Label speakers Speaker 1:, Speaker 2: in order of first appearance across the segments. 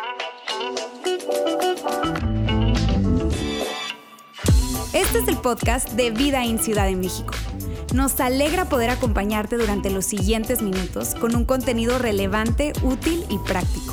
Speaker 1: Este es el podcast de Vida en Ciudad de México. Nos alegra poder acompañarte durante los siguientes minutos con un contenido relevante, útil y práctico.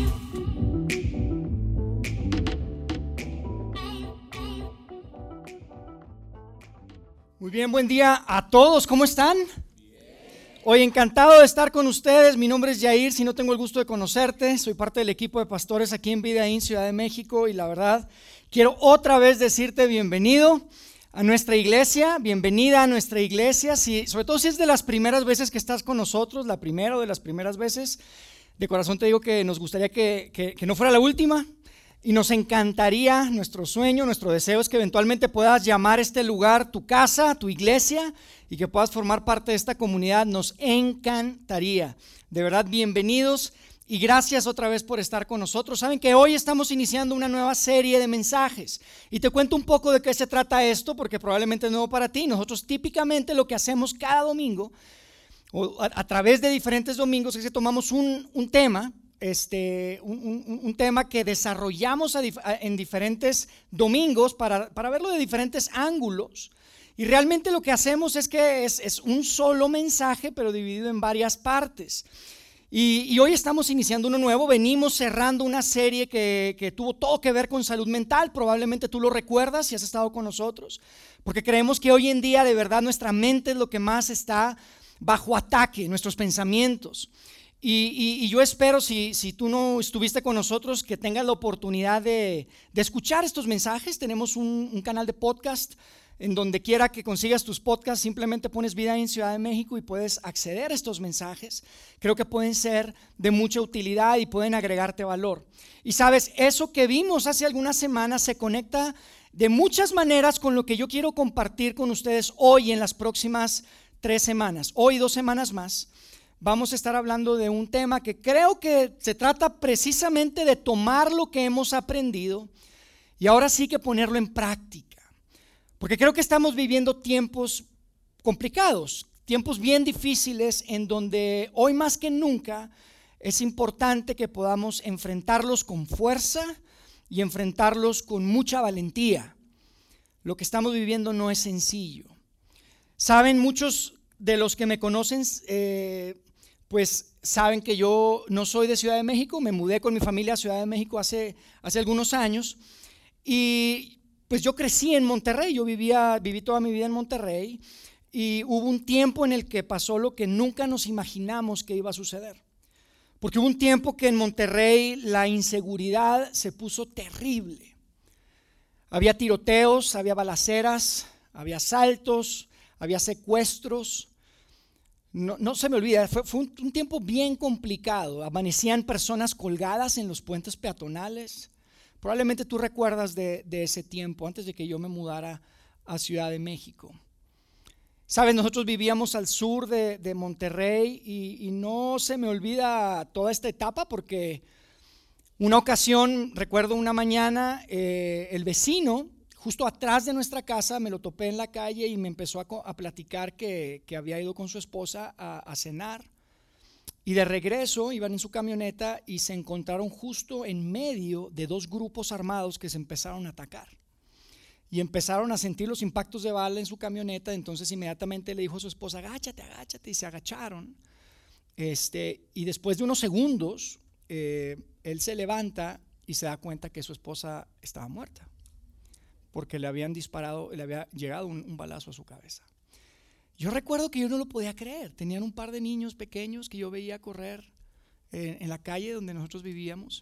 Speaker 2: Muy bien, buen día a todos. ¿Cómo están? Hoy encantado de estar con ustedes. Mi nombre es Yair, si no tengo el gusto de conocerte. Soy parte del equipo de pastores aquí en Vida en Ciudad de México y la verdad quiero otra vez decirte bienvenido a nuestra iglesia, bienvenida a nuestra iglesia. Sobre todo si es de las primeras veces que estás con nosotros, la primera o de las primeras veces, de corazón te digo que nos gustaría que no fuera la última. Y nos encantaría, nuestro sueño, nuestro deseo es que eventualmente puedas llamar este lugar tu casa, tu iglesia y que puedas formar parte de esta comunidad. Nos encantaría. De verdad, bienvenidos y gracias otra vez por estar con nosotros. Saben que hoy estamos iniciando una nueva serie de mensajes y te cuento un poco de qué se trata esto porque probablemente es nuevo para ti. Nosotros típicamente lo que hacemos cada domingo o a través de diferentes domingos es que tomamos un tema. Un tema que desarrollamos en diferentes domingos para verlo de diferentes ángulos y realmente lo que hacemos es que es un solo mensaje pero dividido en varias partes y hoy estamos iniciando uno nuevo. Venimos cerrando una serie que tuvo todo que ver con salud mental. Probablemente tú lo recuerdas si has estado con nosotros porque creemos que hoy en día de verdad nuestra mente es lo que más está bajo ataque, nuestros pensamientos. Y yo espero, si tú no estuviste con nosotros, que tengas la oportunidad de escuchar estos mensajes. Tenemos un canal de podcast en donde quiera que consigas tus podcasts, simplemente pones Vida en Ciudad de México y puedes acceder a estos mensajes. Creo que pueden ser de mucha utilidad y pueden agregarte valor. Y sabes, eso que vimos hace algunas semanas se conecta de muchas maneras con lo que yo quiero compartir con ustedes hoy en las próximas 3 semanas. Hoy 2 semanas más. Vamos a estar hablando de un tema que creo que se trata precisamente de tomar lo que hemos aprendido y ahora sí que ponerlo en práctica. Porque creo que estamos viviendo tiempos complicados, tiempos bien difíciles en donde hoy más que nunca es importante que podamos enfrentarlos con fuerza y enfrentarlos con mucha valentía. Lo que estamos viviendo no es sencillo. Saben, muchos de los que me conocen pues saben que yo no soy de Ciudad de México. Me mudé con mi familia a Ciudad de México hace algunos años y pues yo crecí en Monterrey. Yo viví toda mi vida en Monterrey y hubo un tiempo en el que pasó lo que nunca nos imaginamos que iba a suceder, porque hubo un tiempo que en Monterrey la inseguridad se puso terrible. Había tiroteos, había balaceras, había asaltos, había secuestros. No se me olvida, fue un tiempo bien complicado. Amanecían personas colgadas en los puentes peatonales. Probablemente tú recuerdas de ese tiempo, antes de que yo me mudara a Ciudad de México. Sabes, nosotros vivíamos al sur de Monterrey y no se me olvida toda esta etapa porque una ocasión, recuerdo una mañana, el vecino justo atrás de nuestra casa me lo topé en la calle y me empezó a platicar que había ido con su esposa a cenar y de regreso iban en su camioneta y se encontraron justo en medio de 2 grupos armados que se empezaron a atacar y empezaron a sentir los impactos de bala en su camioneta. Entonces inmediatamente le dijo a su esposa: agáchate y se agacharon y después de unos segundos él se levanta y se da cuenta que su esposa estaba muerta porque le habían disparado, le había llegado un balazo a su cabeza. Yo recuerdo que yo no lo podía creer. Tenían un par de niños pequeños que yo veía correr en la calle donde nosotros vivíamos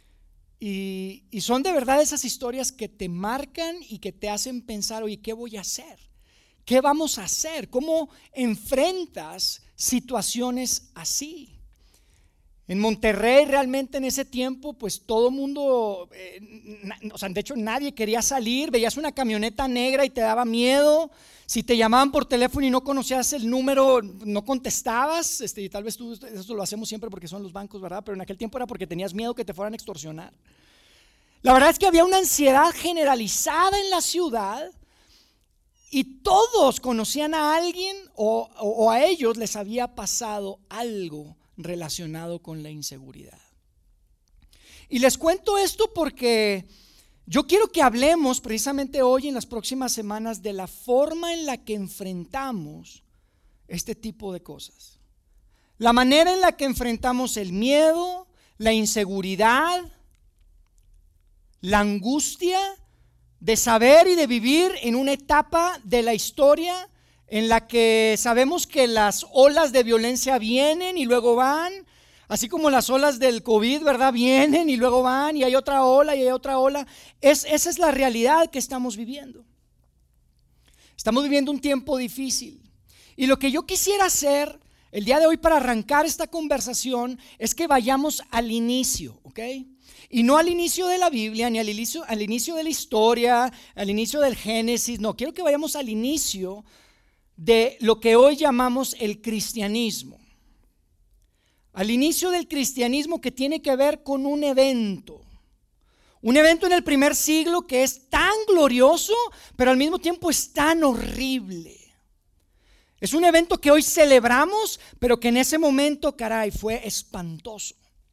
Speaker 2: y son de verdad esas historias que te marcan y que te hacen pensar: oye, ¿qué voy a hacer? ¿Qué vamos a hacer? ¿Cómo enfrentas situaciones así? En Monterrey realmente en ese tiempo pues todo mundo, de hecho nadie quería salir. Veías una camioneta negra y te daba miedo. Si te llamaban por teléfono y no conocías el número, no contestabas. Y tal vez eso lo hacemos siempre porque son los bancos, ¿verdad? Pero en aquel tiempo era porque tenías miedo que te fueran a extorsionar. La verdad es que había una ansiedad generalizada en la ciudad y todos conocían a alguien o a ellos les había pasado algo relacionado con la inseguridad. Y les cuento esto porque yo quiero que hablemos precisamente hoy, en las próximas semanas, de la forma en la que enfrentamos este tipo de cosas. La manera en la que enfrentamos el miedo, la inseguridad, la angustia de saber y de vivir en una etapa de la historia en la que sabemos que las olas de violencia vienen y luego van, así como las olas del COVID, ¿verdad? Vienen y luego van, y hay otra ola y hay otra ola. Esa es la realidad que estamos viviendo. Estamos viviendo un tiempo difícil. Y lo que yo quisiera hacer el día de hoy para arrancar esta conversación es que vayamos al inicio, ¿ok? Y no al inicio de la Biblia, ni al inicio de la historia, al inicio del Génesis. No, quiero que vayamos al inicio de lo que hoy llamamos el cristianismo. Al inicio del cristianismo, que tiene que ver con un evento en el primer siglo que es tan glorioso, pero al mismo tiempo es tan horrible. Es un evento que hoy celebramos, pero que en ese momento, caray, fue espantoso.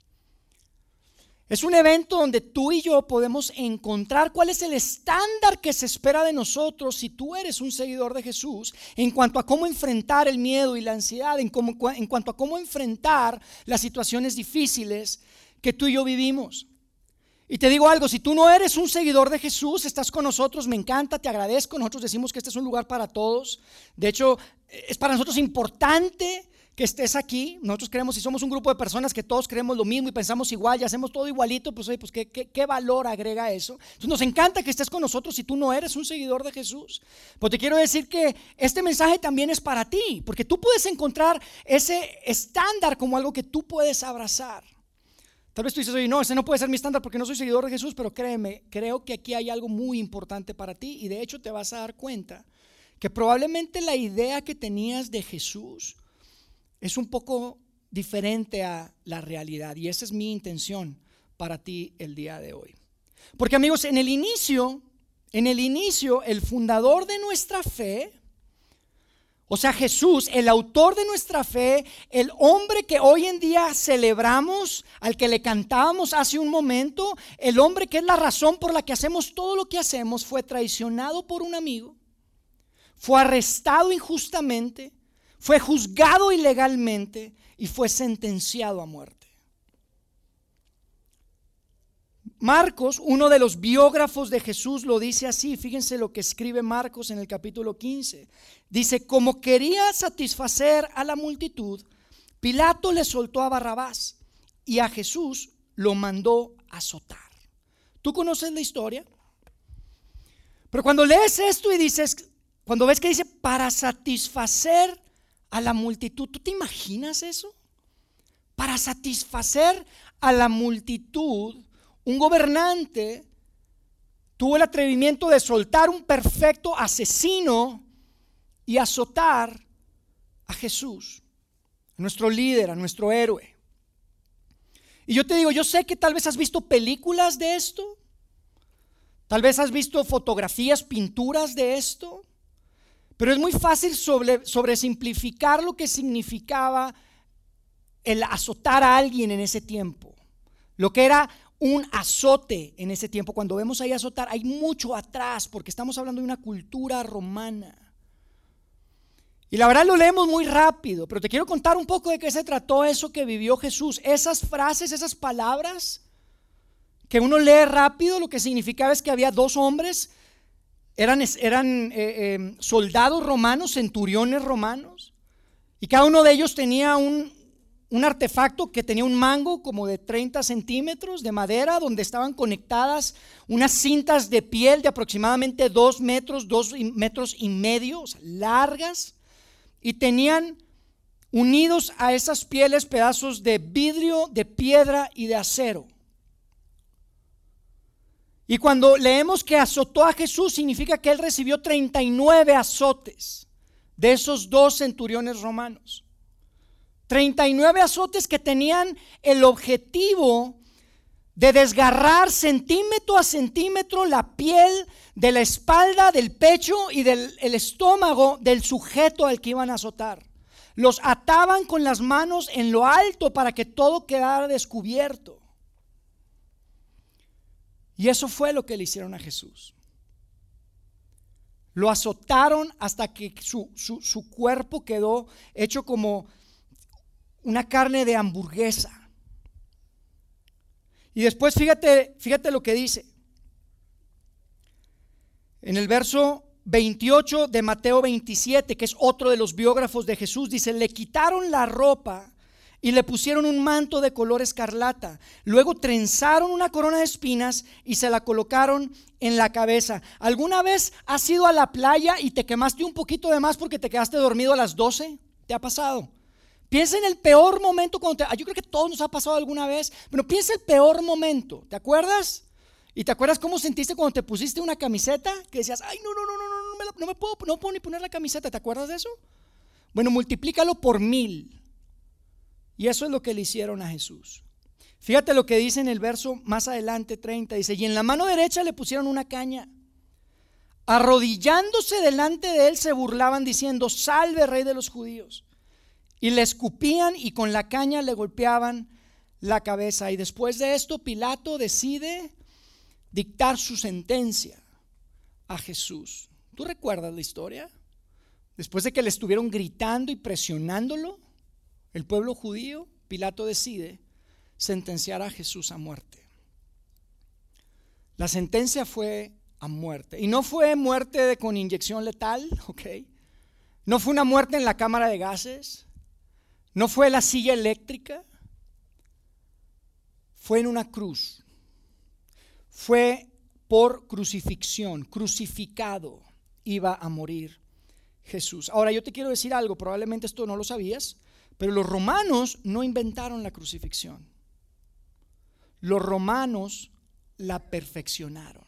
Speaker 2: Es un evento donde tú y yo podemos encontrar cuál es el estándar que se espera de nosotros si tú eres un seguidor de Jesús, en cuanto a cómo enfrentar el miedo y la ansiedad, en cuanto a cómo enfrentar las situaciones difíciles que tú y yo vivimos. Y te digo algo, si tú no eres un seguidor de Jesús, estás con nosotros, me encanta, te agradezco. Nosotros decimos que este es un lugar para todos. De hecho, es para nosotros importante que estés aquí. Nosotros creemos, si somos un grupo de personas que todos creemos lo mismo y pensamos igual y hacemos todo igualito, pues oye, pues ¿qué valor agrega eso? Entonces nos encanta que estés con nosotros si tú no eres un seguidor de Jesús. Pero te quiero decir que este mensaje también es para ti, porque tú puedes encontrar ese estándar como algo que tú puedes abrazar. Tal vez tú dices, oye, no, ese no puede ser mi estándar porque no soy seguidor de Jesús, pero créeme, creo que aquí hay algo muy importante para ti, y de hecho te vas a dar cuenta que probablemente la idea que tenías de Jesús es un poco diferente a la realidad, y esa es mi intención para ti el día de hoy. Porque amigos, en el inicio, el fundador de nuestra fe, o sea, Jesús, el autor de nuestra fe, el hombre que hoy en día celebramos, al que le cantábamos hace un momento, el hombre que es la razón por la que hacemos todo lo que hacemos, fue traicionado por un amigo, fue arrestado injustamente, fue juzgado ilegalmente y fue sentenciado a muerte. Marcos, uno de los biógrafos de Jesús, lo dice así. Fíjense lo que escribe Marcos en el capítulo 15. Dice: como quería satisfacer a la multitud, Pilato le soltó a Barrabás y a Jesús lo mandó azotar. ¿Tú conoces la historia? Pero cuando lees esto y dices, cuando ves que dice para satisfacer a la multitud, ¿tú te imaginas eso? Para satisfacer a la multitud, un gobernante tuvo el atrevimiento de soltar un perfecto asesino y azotar a Jesús, a nuestro líder, a nuestro héroe. Y yo te digo, yo sé que tal vez has visto películas de esto, tal vez has visto fotografías, pinturas de esto, pero es muy fácil sobresimplificar lo que significaba el azotar a alguien en ese tiempo, lo que era un azote en ese tiempo. Cuando vemos ahí azotar, hay mucho atrás, porque estamos hablando de una cultura romana. Y la verdad lo leemos muy rápido, pero te quiero contar un poco de qué se trató eso que vivió Jesús. Esas frases, esas palabras que uno lee rápido, lo que significaba es que había dos hombres, eran soldados romanos, centuriones romanos, y cada uno de ellos tenía un artefacto que tenía un mango como de 30 centímetros de madera, donde estaban conectadas unas cintas de piel de aproximadamente 2 metros, 2,5 metros, o sea, largas, y tenían unidos a esas pieles pedazos de vidrio, de piedra y de acero. Y cuando leemos que azotó a Jesús, significa que él recibió 39 azotes de esos dos centuriones romanos. 39 azotes que tenían el objetivo de desgarrar centímetro a centímetro la piel de la espalda, del pecho y del estómago del sujeto al que iban a azotar. Los ataban con las manos en lo alto para que todo quedara descubierto. Y eso fue lo que le hicieron a Jesús. Lo azotaron hasta que su cuerpo quedó hecho como una carne de hamburguesa. Y después fíjate lo que dice. En el verso 28 de Mateo 27, que es otro de los biógrafos de Jesús, dice: le quitaron la ropa y le pusieron un manto de color escarlata. Luego trenzaron una corona de espinas y se la colocaron en la cabeza. ¿Alguna vez has ido a la playa y te quemaste un poquito de más porque te quedaste dormido a las 12? ¿Te ha pasado? Piensa en el peor momento cuando yo creo que a todos nos ha pasado alguna vez, pero piensa el peor momento. ¿Te acuerdas? ¿Y te acuerdas cómo sentiste cuando te pusiste una camiseta? Que decías: ay, no puedo ni poner la camiseta. ¿Te acuerdas de eso? Bueno, multiplícalo por 1000. Y eso es lo que le hicieron a Jesús. Fíjate lo que dice en el verso más adelante, 30. Dice: y en la mano derecha le pusieron una caña. Arrodillándose delante de él se burlaban diciendo: salve, rey de los judíos. Y le escupían y con la caña le golpeaban la cabeza. Y después de esto Pilato decide dictar su sentencia a Jesús. ¿Tú recuerdas la historia? Después de que le estuvieron gritando y presionándolo, el pueblo judío, Pilato decide sentenciar a Jesús a muerte. La sentencia fue a muerte. Y no fue muerte con inyección letal, ¿ok? No fue una muerte en la cámara de gases. No fue la silla eléctrica. Fue en una cruz. Fue por crucifixión, crucificado iba a morir Jesús. Ahora yo te quiero decir algo, probablemente esto no lo sabías, pero los romanos no inventaron la crucifixión. Los romanos la perfeccionaron.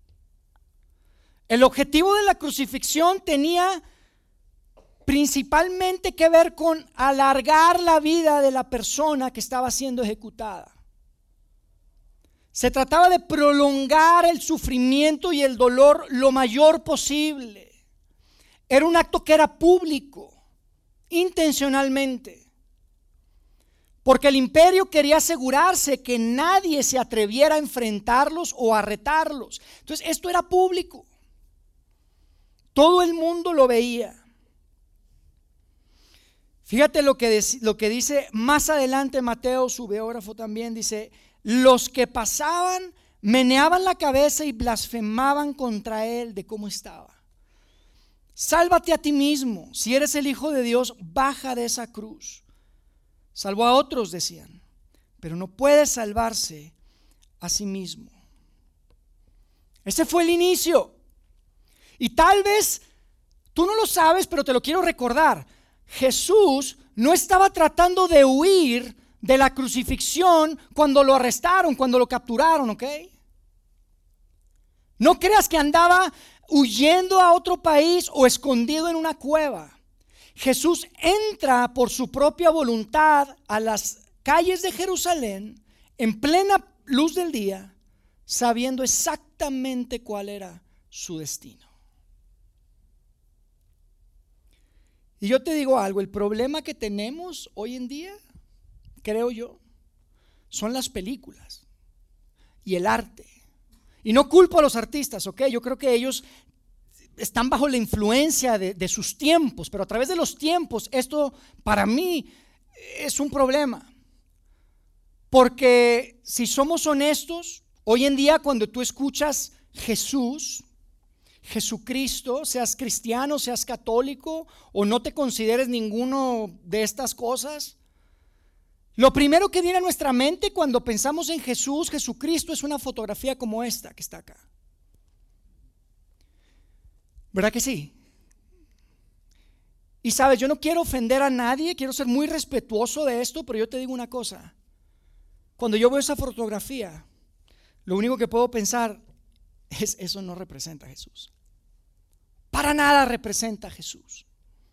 Speaker 2: El objetivo de la crucifixión tenía principalmente que ver con alargar la vida de la persona que estaba siendo ejecutada. Se trataba de prolongar el sufrimiento y el dolor lo mayor posible. Era un acto que era público, intencionalmente, porque el imperio quería asegurarse que nadie se atreviera a enfrentarlos o a retarlos. Entonces esto era público. Todo el mundo lo veía. Fíjate lo que dice más adelante Mateo, su biógrafo también, dice: los que pasaban meneaban la cabeza y blasfemaban contra él de cómo estaba. Sálvate a ti mismo, si eres el Hijo de Dios, baja de esa cruz. Salvó a otros, decían, pero no puede salvarse a sí mismo. Ese fue el inicio. Y tal vez tú no lo sabes, pero te lo quiero recordar. Jesús no estaba tratando de huir de la crucifixión cuando lo arrestaron, cuando lo capturaron, ¿ok? No creas que andaba huyendo a otro país o escondido en una cueva. Jesús entra por su propia voluntad a las calles de Jerusalén en plena luz del día, sabiendo exactamente cuál era su destino. Y yo te digo algo, el problema que tenemos hoy en día, creo yo, son las películas y el arte. Y no culpo a los artistas, ¿ok? Yo creo que ellos están bajo la influencia de sus tiempos, pero a través de los tiempos esto para mí es un problema. Porque si somos honestos, hoy en día cuando tú escuchas Jesucristo, seas cristiano, seas católico o no te consideres ninguno de estas cosas, lo primero que viene a nuestra mente cuando pensamos en Jesucristo, es una fotografía como esta que está acá. ¿Verdad que sí? Y sabes, yo no quiero ofender a nadie, quiero ser muy respetuoso de esto, pero yo te digo una cosa. Cuando yo veo esa fotografía, lo único que puedo pensar es: eso no representa a Jesús. Para nada representa a Jesús.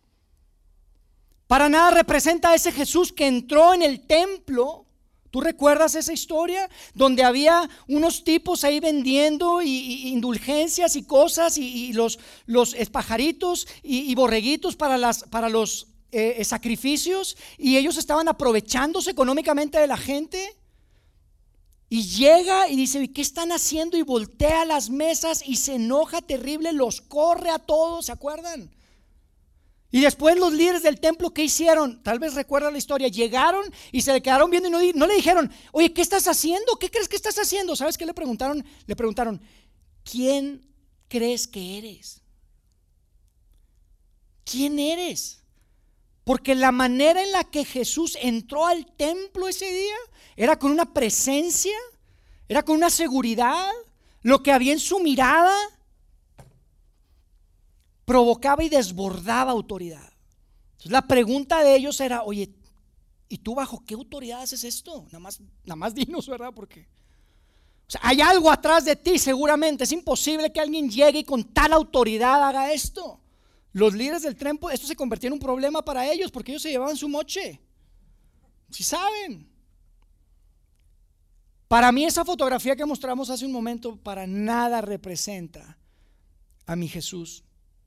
Speaker 2: Para nada representa a ese Jesús que entró en el templo. ¿Tú recuerdas esa historia? Donde había unos tipos ahí vendiendo y indulgencias y cosas y los pajaritos y borreguitos para los sacrificios, y ellos estaban aprovechándose económicamente de la gente. Y llega y dice, ¿y qué están haciendo? Y voltea las mesas y se enoja terrible, los corre a todos, ¿se acuerdan? Y después los líderes del templo, ¿qué hicieron? Tal vez recuerdan la historia. Llegaron y se le quedaron viendo y no le dijeron, oye, ¿qué estás haciendo? ¿Qué crees que estás haciendo? ¿Sabes qué le preguntaron? Le preguntaron, ¿quién crees que eres? ¿Quién eres? Porque la manera en la que Jesús entró al templo ese día era con una presencia, era con una seguridad. Lo que había en su mirada provocaba y desbordaba autoridad. Entonces la pregunta de ellos era, oye, ¿y tú bajo qué autoridad haces esto? Nada más dinos, ¿verdad? Porque o sea, hay algo atrás de ti seguramente. Es imposible que alguien llegue y con tal autoridad haga esto. Los líderes del templo, esto se convirtió en un problema para ellos porque ellos se llevaban su moche. Si saben. Para mí esa fotografía que mostramos hace un momento para nada representa a mi Jesús.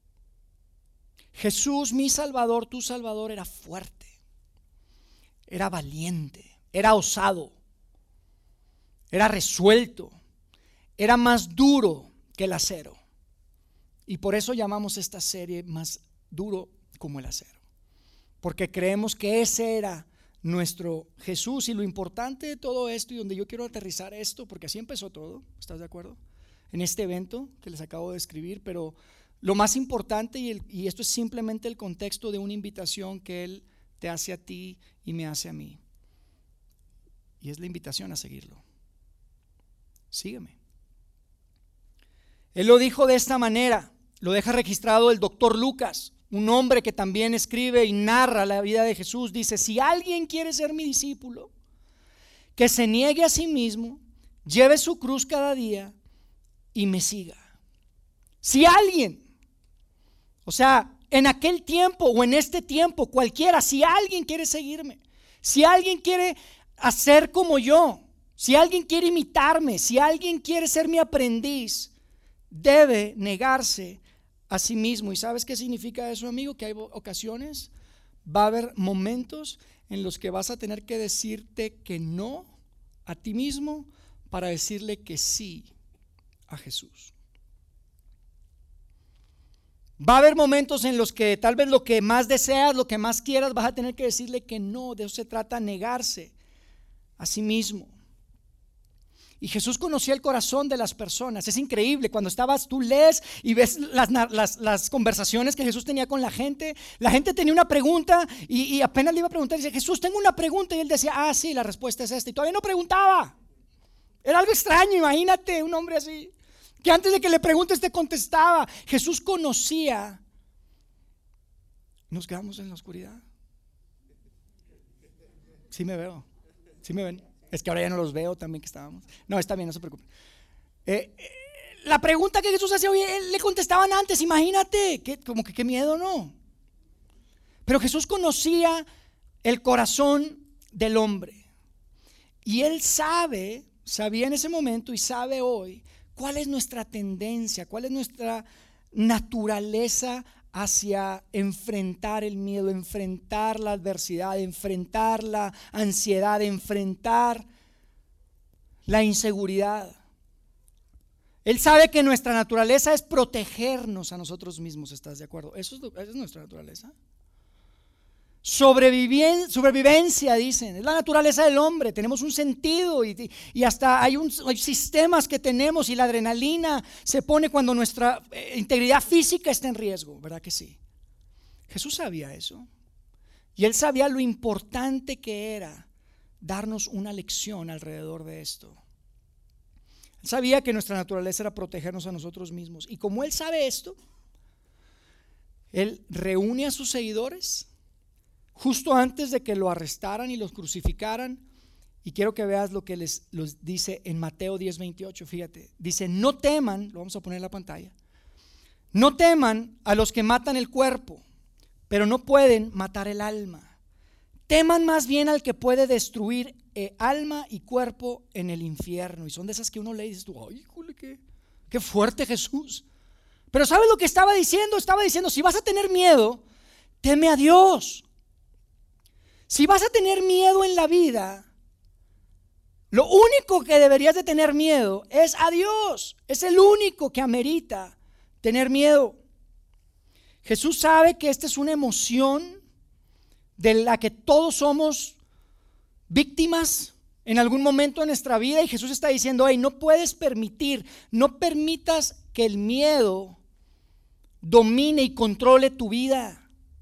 Speaker 2: Jesús, mi Salvador, tu Salvador, era fuerte, era valiente, era osado, era resuelto, era más duro que el acero. Y por eso llamamos esta serie Más duro como el acero, porque creemos que ese era nuestro Jesús. Y lo importante de todo esto, y donde yo quiero aterrizar esto, porque así empezó todo, ¿estás de acuerdo? En este evento que les acabo de describir, pero lo más importante, y esto es simplemente el contexto de una invitación que Él te hace a ti y me hace a mí, y es la invitación a seguirlo. Sígueme. Él lo dijo de esta manera, lo deja registrado el doctor Lucas, un hombre que también escribe y narra la vida de Jesús. Dice, si alguien quiere ser mi discípulo, que se niegue a sí mismo, lleve su cruz cada día y me siga. Si alguien, o sea, en aquel tiempo o en este tiempo, cualquiera, si alguien quiere seguirme, si alguien quiere hacer como yo, si alguien quiere imitarme, si alguien quiere ser mi aprendiz, debe negarse a sí mismo. ¿Y sabes qué significa eso, amigo? Que hay ocasiones, va a haber momentos en los que vas a tener que decirte que no a ti mismo para decirle que sí a Jesús. Va a haber momentos en los que tal vez lo que más deseas, lo que más quieras, vas a tener que decirle que no. De eso se trata, negarse a sí mismo. Y Jesús conocía el corazón de las personas. Es increíble, cuando tú lees y ves las conversaciones que Jesús tenía con la gente tenía una pregunta y apenas le iba a preguntar, dice, Jesús, tengo una pregunta, y él decía, sí, la respuesta es esta, y todavía no preguntaba. Era algo extraño, imagínate un hombre así, que antes de que le preguntes te contestaba. Jesús conocía. Nos quedamos en la oscuridad. Sí me veo, sí me ven. Es que ahora ya no los veo también que estábamos. No, está bien, no se preocupen. La pregunta que Jesús hacía, oye, le contestaban antes, imagínate, como que qué miedo, ¿no? Pero Jesús conocía el corazón del hombre. Y Él sabía en ese momento y sabe hoy cuál es nuestra tendencia, cuál es nuestra naturaleza hacia enfrentar el miedo, enfrentar la adversidad, enfrentar la ansiedad, enfrentar la inseguridad. Él sabe que nuestra naturaleza es protegernos a nosotros mismos, ¿estás de acuerdo? Esa es nuestra naturaleza. Sobrevivencia, dicen, es la naturaleza del hombre. Tenemos un sentido y hasta hay sistemas que tenemos, y la adrenalina se pone cuando nuestra integridad física está en riesgo, ¿verdad que sí? Jesús sabía eso, y Él sabía lo importante que era darnos una lección alrededor de esto. Él sabía que nuestra naturaleza era protegernos a nosotros mismos, y como Él sabe esto, Él reúne a sus seguidores justo antes de que lo arrestaran y los crucificaran. Y quiero que veas lo que les dice en Mateo 10:28. Fíjate, dice, no teman, lo vamos a poner en la pantalla, no teman a los que matan el cuerpo, pero no pueden matar el alma. Teman más bien al que puede destruir alma y cuerpo en el infierno. Y son de esas que uno lee y dices tú, ay, jole, qué fuerte Jesús. Pero ¿sabes lo que estaba diciendo? Estaba diciendo, si vas a tener miedo, teme a Dios. Si vas a tener miedo en la vida, Lo único que deberías de tener miedo es a Dios. Es el único que amerita tener miedo. Jesús sabe que esta es una emoción de la que todos somos víctimas en algún momento de nuestra vida, y Jesús está diciendo: hey, no puedes permitir, no permitas que el miedo domine y controle tu vida.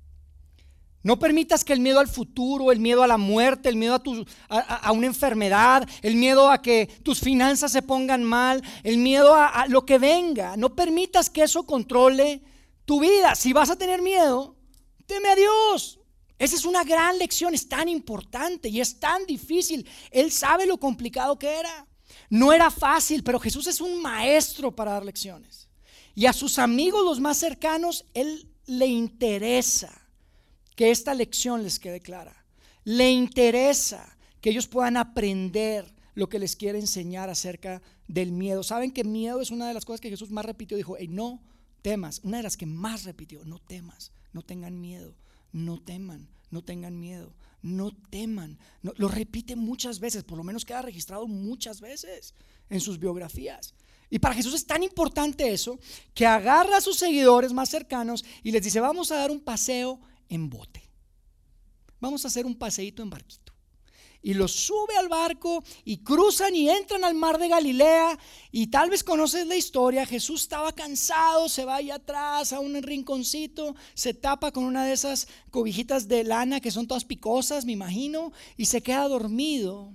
Speaker 2: No permitas que el miedo al futuro, el miedo a la muerte, el miedo a una enfermedad, el miedo a que tus finanzas se pongan mal, el miedo a lo que venga, no permitas que eso controle tu vida. Si vas a tener miedo, teme a Dios. Esa es una gran lección, es tan importante y es tan difícil. Él sabe lo complicado que era. No era fácil, pero Jesús es un maestro para dar lecciones. Y a sus amigos, los más cercanos, Él le interesa que esta lección les quede clara. Le interesa que ellos puedan aprender lo que les quiere enseñar acerca del miedo. ¿Saben que miedo es una de las cosas que Jesús más repitió? Dijo: hey, no temas. Una de las que más repitió: no temas, no tengan miedo, no teman, no tengan miedo, no teman. No, lo repite muchas veces, por lo menos queda registrado muchas veces en sus biografías. Y para Jesús es tan importante eso, que agarra a sus seguidores más cercanos y les dice: vamos a dar un paseo en bote, vamos a hacer un paseíto en barquito. Y los sube al barco y cruzan y entran al mar de Galilea. Y tal vez conoces la historia. Jesús estaba cansado, se va allá atrás a un rinconcito, se tapa con una de esas cobijitas de lana que son todas picosas, me imagino, y se queda dormido.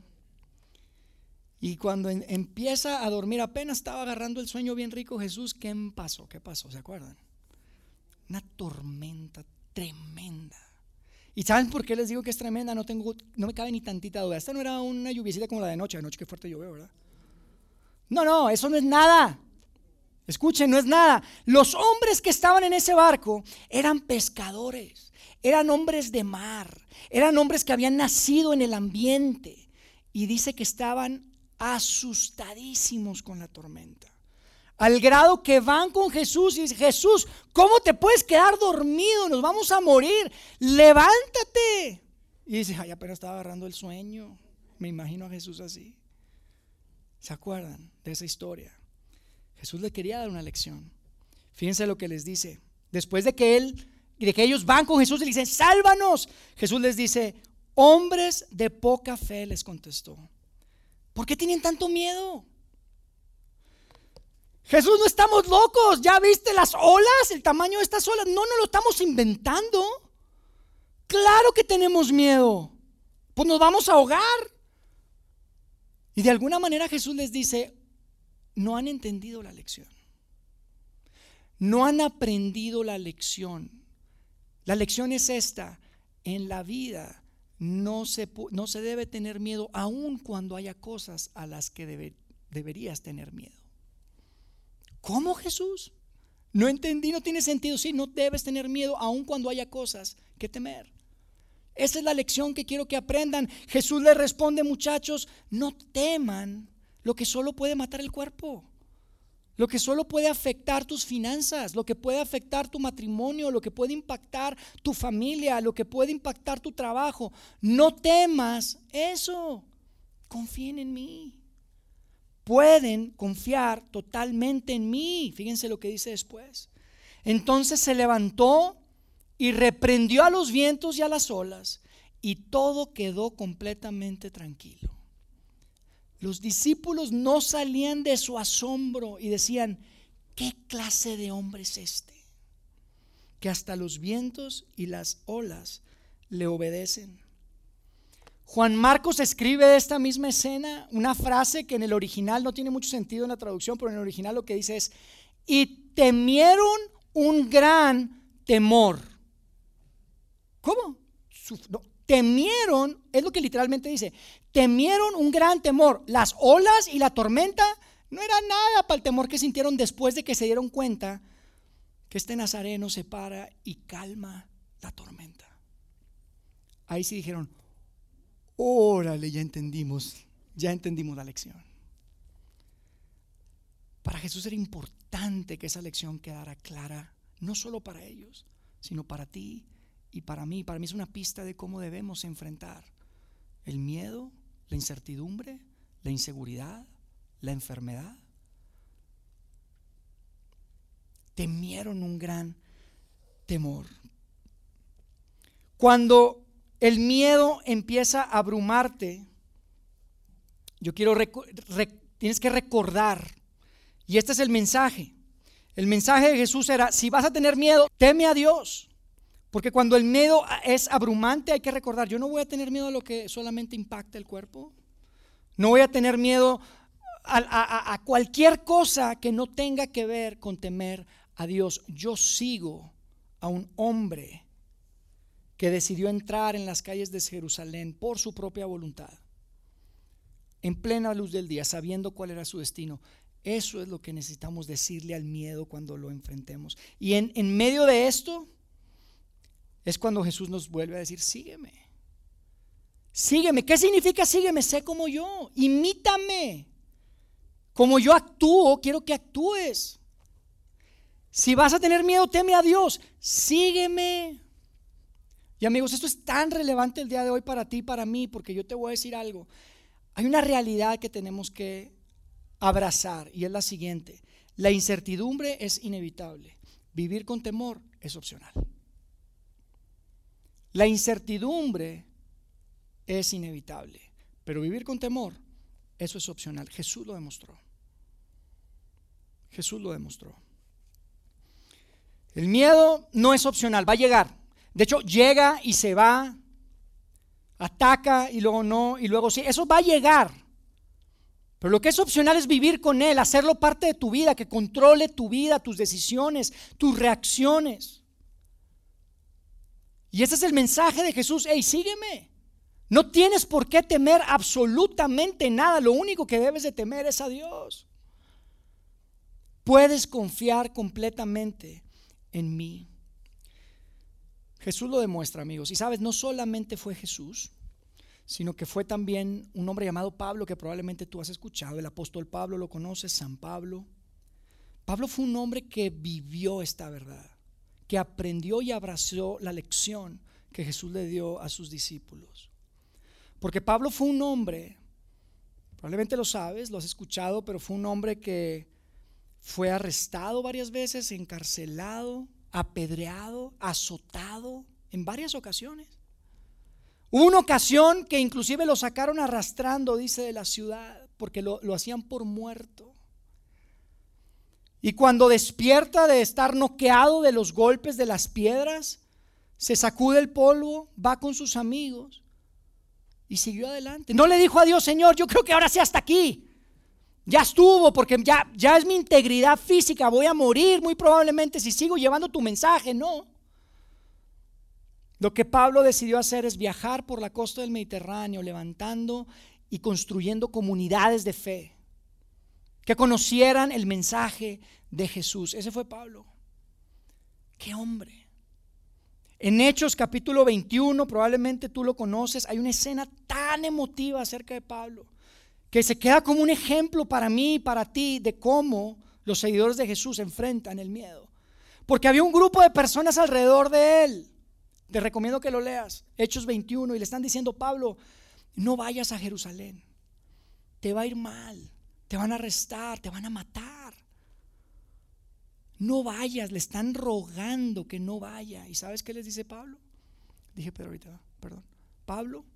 Speaker 2: Y cuando empieza a dormir, apenas estaba agarrando el sueño bien rico, Jesús, ¿qué pasó? ¿Qué pasó? ¿Se acuerdan? Una tormenta tremenda. ¿Y saben por qué les digo que es tremenda? No me cabe ni tantita duda. Esta no era una lluviecita como la de noche que fuerte llovió, ¿verdad? No, eso no es nada. Escuchen, no es nada. Los hombres que estaban en ese barco eran pescadores, eran hombres de mar, eran hombres que habían nacido en el ambiente, y dice que estaban asustadísimos con la tormenta. Al grado que van con Jesús y dicen: Jesús, ¿cómo te puedes quedar dormido? Nos vamos a morir, levántate. Y dice: ay, apenas estaba agarrando el sueño. Me imagino a Jesús así. ¿Se acuerdan de esa historia? Jesús le quería dar una lección. Fíjense lo que les dice. Después de que ellos van con Jesús y le dicen: sálvanos, Jesús les dice: hombres de poca fe, les contestó, ¿por qué tienen tanto miedo? Jesús, no estamos locos. ¿Ya viste las olas? El tamaño de estas olas. No lo estamos inventando. Claro que tenemos miedo. Pues nos vamos a ahogar. Y de alguna manera Jesús les dice: no han entendido la lección. No han aprendido la lección. La lección es esta: en la vida no se debe tener miedo, aun cuando haya cosas a las que deberías tener miedo. ¿Cómo, Jesús? No entendí, no tiene sentido. Sí, no debes tener miedo aun cuando haya cosas que temer. Esa es la lección que quiero que aprendan. Jesús les responde: muchachos, no teman lo que solo puede matar el cuerpo, lo que solo puede afectar tus finanzas, lo que puede afectar tu matrimonio, lo que puede impactar tu familia, lo que puede impactar tu trabajo. No temas eso. Confíen en mí. Pueden confiar totalmente en mí. Fíjense lo que dice después. Entonces se levantó y reprendió a los vientos y a las olas, y todo quedó completamente tranquilo. Los discípulos no salían de su asombro y decían: ¿qué clase de hombre es este, que hasta los vientos y las olas le obedecen? Juan Marcos escribe de esta misma escena una frase que en el original no tiene mucho sentido en la traducción, pero en el original lo que dice es: y temieron un gran temor. ¿Cómo? No, temieron, es lo que literalmente dice, temieron un gran temor. Las olas y la tormenta no era nada para el temor que sintieron después de que se dieron cuenta que este nazareno se para y calma la tormenta. Ahí sí dijeron: órale, ya entendimos la lección. Para Jesús era importante que esa lección quedara clara, no solo para ellos, sino para ti y para mí. Para mí es una pista de cómo debemos enfrentar el miedo, la incertidumbre, la inseguridad, la enfermedad. Temieron un gran temor. Cuando el miedo empieza a abrumarte, yo quiero tienes que recordar, y este es el mensaje. El mensaje de Jesús era: si vas a tener miedo, teme a Dios. Porque cuando el miedo es abrumante, hay que recordar: yo no voy a tener miedo a lo que solamente impacta el cuerpo. No voy a tener miedo a cualquier cosa que no tenga que ver con temer a Dios. Yo sigo a un hombre que decidió entrar en las calles de Jerusalén por su propia voluntad, en plena luz del día, sabiendo cuál era su destino. Eso es lo que necesitamos decirle al miedo cuando lo enfrentemos. Y en medio de esto es cuando Jesús nos vuelve a decir: sígueme. Sígueme. ¿Qué significa sígueme? Sé como yo, imítame. Como yo actúo, quiero que actúes. Si vas a tener miedo, teme a Dios. Sígueme. Y amigos, esto es tan relevante el día de hoy para ti y para mí, porque yo te voy a decir algo. Hay una realidad que tenemos que abrazar, y es la siguiente: la incertidumbre es inevitable. Vivir con temor es opcional. La incertidumbre es inevitable, pero vivir con temor, eso es opcional. Jesús lo demostró. Jesús lo demostró. El miedo no es opcional, va a llegar. De hecho, llega y se va, ataca y luego no, y luego sí. Eso va a llegar. Pero lo que es opcional es vivir con él, hacerlo parte de tu vida, que controle tu vida, tus decisiones, tus reacciones. Y ese es el mensaje de Jesús: hey, sígueme. No tienes por qué temer absolutamente nada. Lo único que debes de temer es a Dios. Puedes confiar completamente en mí. Jesús lo demuestra, amigos. Y sabes, no solamente fue Jesús, sino que fue también un hombre llamado Pablo, que probablemente tú has escuchado. El apóstol Pablo, lo conoces, San Pablo. Pablo fue un hombre que vivió esta verdad, que aprendió y abrazó la lección que Jesús le dio a sus discípulos. Porque Pablo fue un hombre, probablemente lo sabes, lo has escuchado, pero fue un hombre que fue arrestado varias veces, encarcelado, apedreado, azotado en varias ocasiones. Hubo una ocasión que inclusive lo sacaron arrastrando, dice, de la ciudad, porque lo hacían por muerto. Y cuando despierta de estar noqueado de los golpes de las piedras, se sacude el polvo, va con sus amigos y siguió adelante. No le dijo a Dios: Señor, yo creo que ahora sí hasta aquí. Ya estuvo, porque ya es mi integridad física, voy a morir muy probablemente si sigo llevando tu mensaje. No. Lo que Pablo decidió hacer es viajar por la costa del Mediterráneo, levantando y construyendo comunidades de fe que conocieran el mensaje de Jesús. Ese fue Pablo. ¡Qué hombre! En Hechos capítulo 21, probablemente tú lo conoces, hay una escena tan emotiva acerca de Pablo, que se queda como un ejemplo para mí y para ti de cómo los seguidores de Jesús enfrentan el miedo. Porque había un grupo de personas alrededor de él. Te recomiendo que lo leas, Hechos 21, y le están diciendo: Pablo, no vayas a Jerusalén, te va a ir mal, te van a arrestar, te van a matar. No vayas, le están rogando que no vaya. ¿Y sabes qué les dice Pablo? Dije, pero ahorita, perdón. Pablo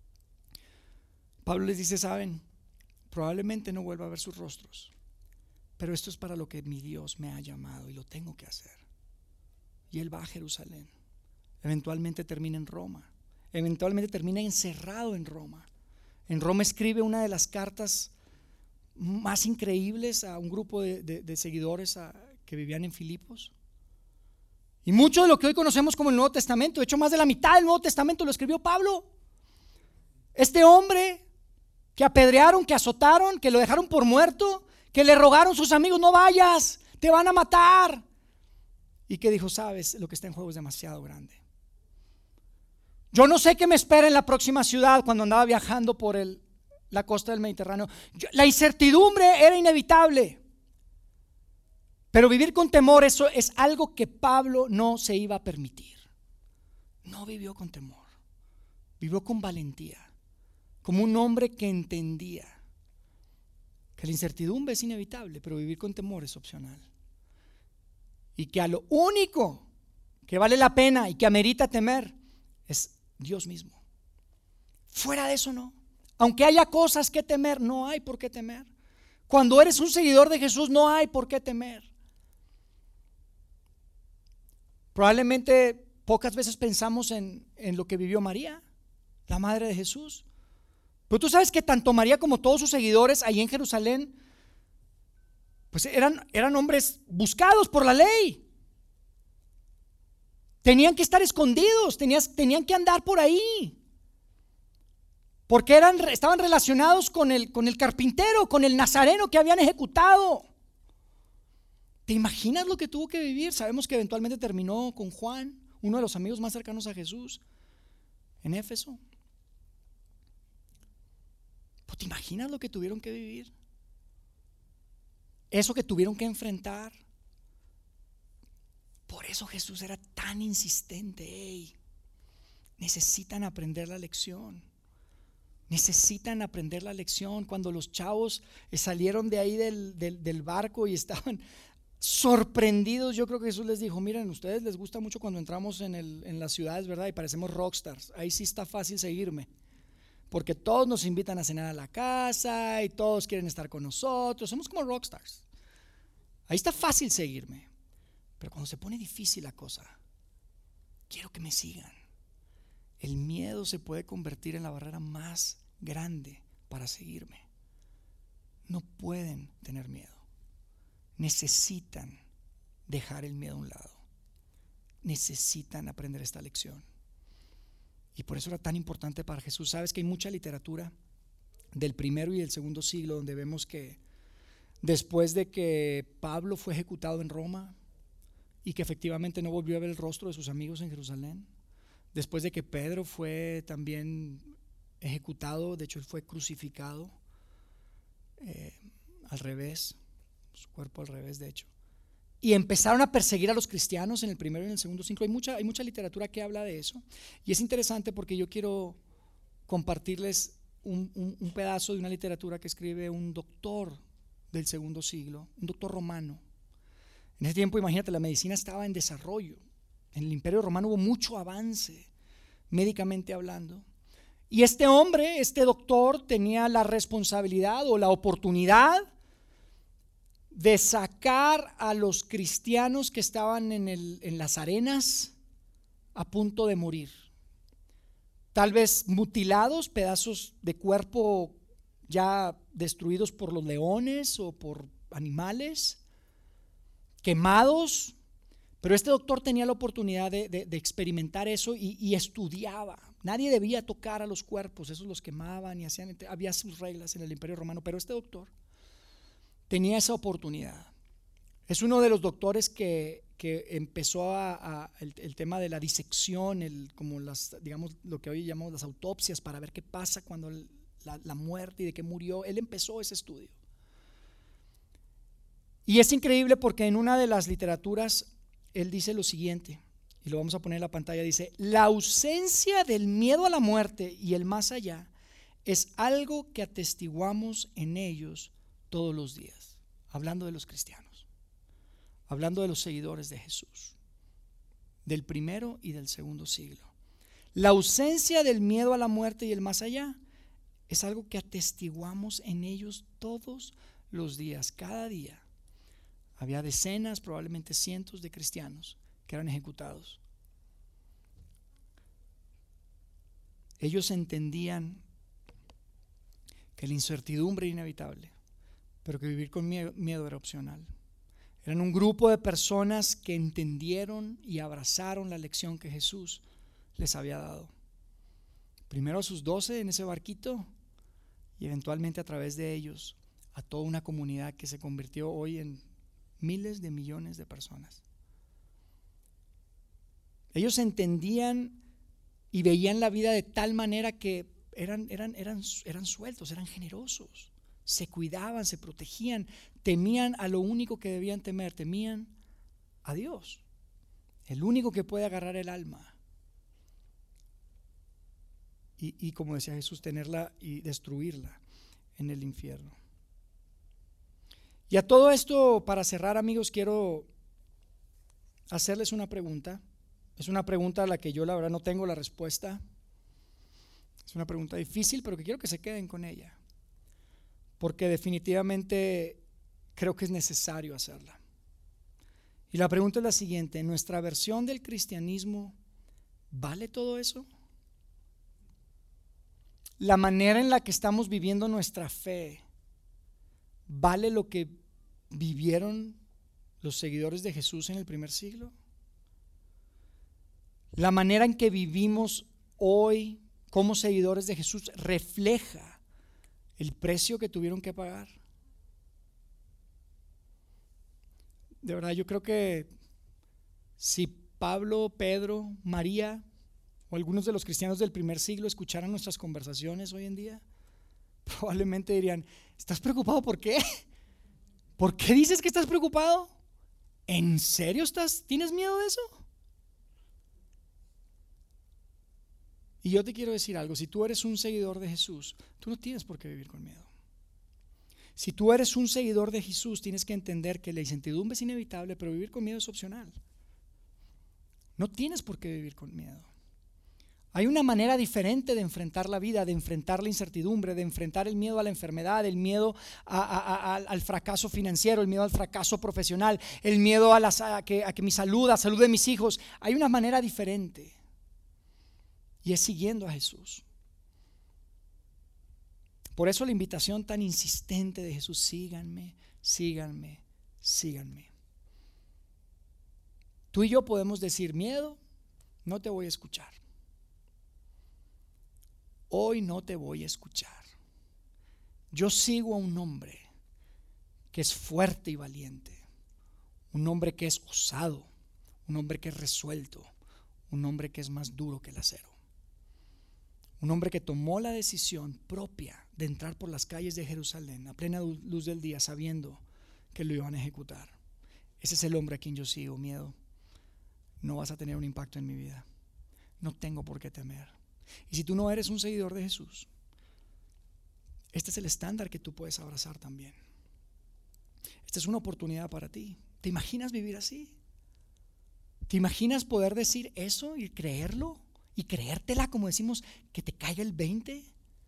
Speaker 2: les dice: saben, probablemente no vuelva a ver sus rostros, pero esto es para lo que mi Dios me ha llamado y lo tengo que hacer. Y él va a Jerusalén. Eventualmente termina en Roma. Eventualmente termina encerrado en Roma. En Roma escribe una de las cartas más increíbles a un grupo de seguidores que vivían en Filipos. Y mucho de lo que hoy conocemos como el Nuevo Testamento, de hecho más de la mitad del Nuevo Testamento lo escribió Pablo. Este hombre que apedrearon, que azotaron, que lo dejaron por muerto, que le rogaron sus amigos: no vayas, te van a matar. Y que dijo: sabes, lo que está en juego es demasiado grande. Yo no sé qué me espera en la próxima ciudad. Cuando andaba viajando por la costa del Mediterráneo, la incertidumbre era inevitable, pero vivir con temor, eso es algo que Pablo no se iba a permitir. No vivió con temor, vivió con valentía, como un hombre que entendía que la incertidumbre es inevitable, pero vivir con temor es opcional. Y que a lo único que vale la pena y que amerita temer es Dios mismo. Fuera de eso no. Aunque haya cosas que temer, no hay por qué temer. Cuando eres un seguidor de Jesús, no hay por qué temer. Probablemente pocas veces pensamos en lo que vivió María, la madre de Jesús. Pero tú sabes que tanto María como todos sus seguidores ahí en Jerusalén, pues eran hombres buscados por la ley. Tenían que estar escondidos, tenían que andar por ahí. Porque estaban relacionados con el carpintero, con el nazareno que habían ejecutado. ¿Te imaginas lo que tuvo que vivir? Sabemos que eventualmente terminó con Juan, uno de los amigos más cercanos a Jesús, en Éfeso. Pues, ¿te imaginas lo que tuvieron que vivir? Eso que tuvieron que enfrentar. Por eso Jesús era tan insistente. Hey, necesitan aprender la lección. Necesitan aprender la lección. Cuando los chavos salieron de ahí del barco y estaban sorprendidos, yo creo que Jesús les dijo: miren, a ustedes les gusta mucho cuando entramos en las ciudades, ¿verdad? Y parecemos rockstars. Ahí sí está fácil seguirme, porque todos nos invitan a cenar a la casa y todos quieren estar con nosotros. Somos como rockstars. Ahí está fácil seguirme. Pero cuando se pone difícil la cosa, quiero que me sigan. El miedo se puede convertir en la barrera más grande para seguirme. No pueden tener miedo. Necesitan dejar el miedo a un lado. Necesitan aprender esta lección. Y por eso era tan importante para Jesús. Sabes que hay mucha literatura del primero y del segundo siglo donde vemos que después de que Pablo fue ejecutado en Roma y que efectivamente no volvió a ver el rostro de sus amigos en Jerusalén, después de que Pedro fue también ejecutado, de hecho él fue crucificado al revés, su cuerpo al revés de hecho, y empezaron a perseguir a los cristianos en el primero y en el segundo siglo. Hay mucha literatura que habla de eso, y es interesante porque yo quiero compartirles un pedazo de una literatura que escribe un doctor del segundo siglo, un doctor romano. En ese tiempo, imagínate, la medicina estaba en desarrollo. En el Imperio Romano hubo mucho avance médicamente hablando, y este hombre, este doctor, tenía la responsabilidad o la oportunidad de sacar a los cristianos que estaban en las arenas a punto de morir, tal vez mutilados, pedazos de cuerpo ya destruidos por los leones o por animales, quemados. Pero este doctor tenía la oportunidad de experimentar eso y estudiaba. Nadie debía tocar a los cuerpos, esos los quemaban y hacían, había sus reglas en el Imperio Romano, pero este doctor tenía esa oportunidad. Es uno de los doctores que empezó el tema de la disección, como digamos, lo que hoy llamamos las autopsias, para ver qué pasa cuando la muerte y de qué murió. Él empezó ese estudio. Y es increíble porque en una de las literaturas él dice lo siguiente, y lo vamos a poner en la pantalla. Dice: la ausencia del miedo a la muerte y el más allá es algo que atestiguamos en ellos todos los días. Hablando de los cristianos, hablando de los seguidores de Jesús, del primero y del segundo siglo. La ausencia del miedo a la muerte y el más allá es algo que atestiguamos en ellos todos los días. Cada día había decenas, probablemente cientos de cristianos que eran ejecutados. Ellos entendían que la incertidumbre era inevitable, pero que vivir con miedo era opcional. Eran un grupo de personas que entendieron y abrazaron la lección que Jesús les había dado. Primero a sus 12 en ese barquito, y eventualmente a través de ellos a toda una comunidad que se convirtió hoy en miles de millones de personas. Ellos entendían y veían la vida de tal manera que eran sueltos, eran generosos, se cuidaban, se protegían, temían a lo único que debían temer, temían a Dios, el único que puede agarrar el alma y como decía Jesús, tenerla y destruirla en el infierno. Y a todo esto, para cerrar, amigos, quiero hacerles una pregunta. Es una pregunta a la que yo la verdad no tengo la respuesta. Es una pregunta difícil, pero que quiero que se queden con ella, porque definitivamente creo que es necesario hacerla. Y la pregunta es la siguiente: ¿nuestra versión del cristianismo vale todo eso? ¿La manera en la que estamos viviendo nuestra fe vale lo que vivieron los seguidores de Jesús en el primer siglo? ¿La manera en que vivimos hoy como seguidores de Jesús refleja el precio que tuvieron que pagar? De verdad, yo creo que si Pablo, Pedro, María o algunos de los cristianos del primer siglo escucharan nuestras conversaciones hoy en día, probablemente dirían: ¿estás preocupado por qué? ¿Por qué dices que estás preocupado? ¿En serio tienes miedo de eso? Y yo te quiero decir algo: si tú eres un seguidor de Jesús, tú no tienes por qué vivir con miedo. Si tú eres un seguidor de Jesús, tienes que entender que la incertidumbre es inevitable, pero vivir con miedo es opcional. No tienes por qué vivir con miedo. Hay una manera diferente de enfrentar la vida, de enfrentar la incertidumbre, de enfrentar el miedo a la enfermedad, el miedo al fracaso financiero, el miedo al fracaso profesional, el miedo a que mi salud, a la salud de mis hijos. Hay una manera diferente, y es siguiendo a Jesús. Por eso la invitación tan insistente de Jesús: síganme, síganme, síganme. Tú y yo podemos decir: miedo, no te voy a escuchar. Hoy no te voy a escuchar. Yo sigo a un hombre que es fuerte y valiente, un hombre que es osado, un hombre que es resuelto, un hombre que es más duro que el acero, un hombre que tomó la decisión propia de entrar por las calles de Jerusalén a plena luz del día, sabiendo que lo iban a ejecutar. Ese es el hombre a quien yo sigo. Miedo, no vas a tener un impacto en mi vida. No tengo por qué temer. Y si tú no eres un seguidor de Jesús, este es el estándar que tú puedes abrazar también. Esta es una oportunidad para ti. ¿Te imaginas vivir así? ¿Te imaginas poder decir eso y creerlo? Y creértela, como decimos, que te caiga el 20,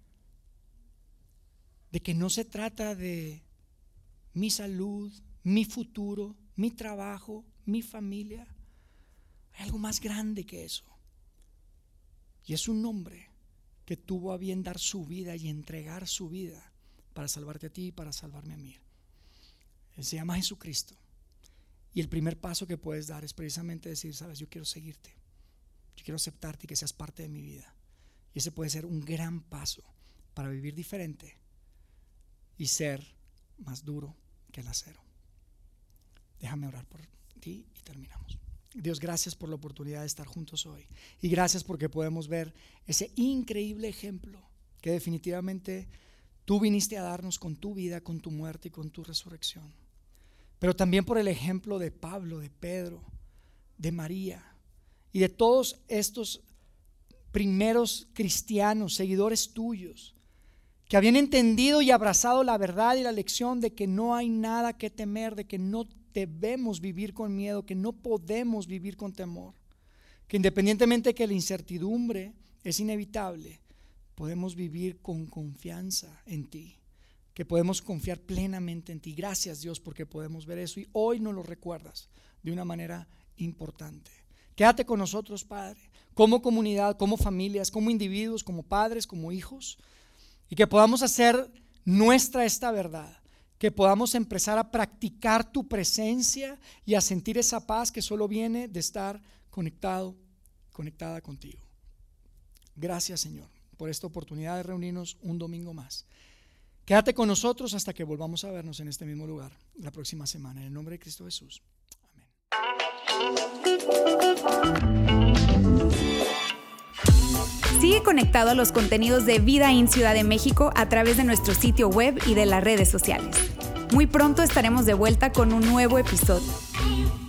Speaker 2: de que no se trata de mi salud, mi futuro, mi trabajo, mi familia. Hay algo más grande que eso, y es un hombre que tuvo a bien dar su vida y entregar su vida para salvarte a ti y para salvarme a mí. Él se llama Jesucristo, y el primer paso que puedes dar es precisamente decir: sabes, yo quiero seguirte, yo quiero aceptarte y que seas parte de mi vida. Y ese puede ser un gran paso para vivir diferente y ser más duro que el acero. Déjame orar por ti y terminamos. Dios, gracias por la oportunidad de estar juntos hoy, y gracias porque podemos ver ese increíble ejemplo que definitivamente tú viniste a darnos con tu vida, con tu muerte y con tu resurrección. Pero también por el ejemplo de Pablo, de Pedro, de María y de todos estos primeros cristianos, seguidores tuyos, que habían entendido y abrazado la verdad y la lección de que no hay nada que temer, de que no debemos vivir con miedo, que no podemos vivir con temor, que independientemente de que la incertidumbre es inevitable, podemos vivir con confianza en ti, que podemos confiar plenamente en ti. Gracias, Dios, porque podemos ver eso, y hoy nos lo recuerdas de una manera importante. Quédate con nosotros, Padre, como comunidad, como familias, como individuos, como padres, como hijos, y que podamos hacer nuestra esta verdad, que podamos empezar a practicar tu presencia y a sentir esa paz que solo viene de estar conectada contigo. Gracias, Señor, por esta oportunidad de reunirnos un domingo más. Quédate con nosotros hasta que volvamos a vernos en este mismo lugar la próxima semana. En el nombre de Cristo Jesús. Amén.
Speaker 1: Sigue conectado a los contenidos de Vida In Ciudad de México a través de nuestro sitio web y de las redes sociales. Muy pronto estaremos de vuelta con un nuevo episodio.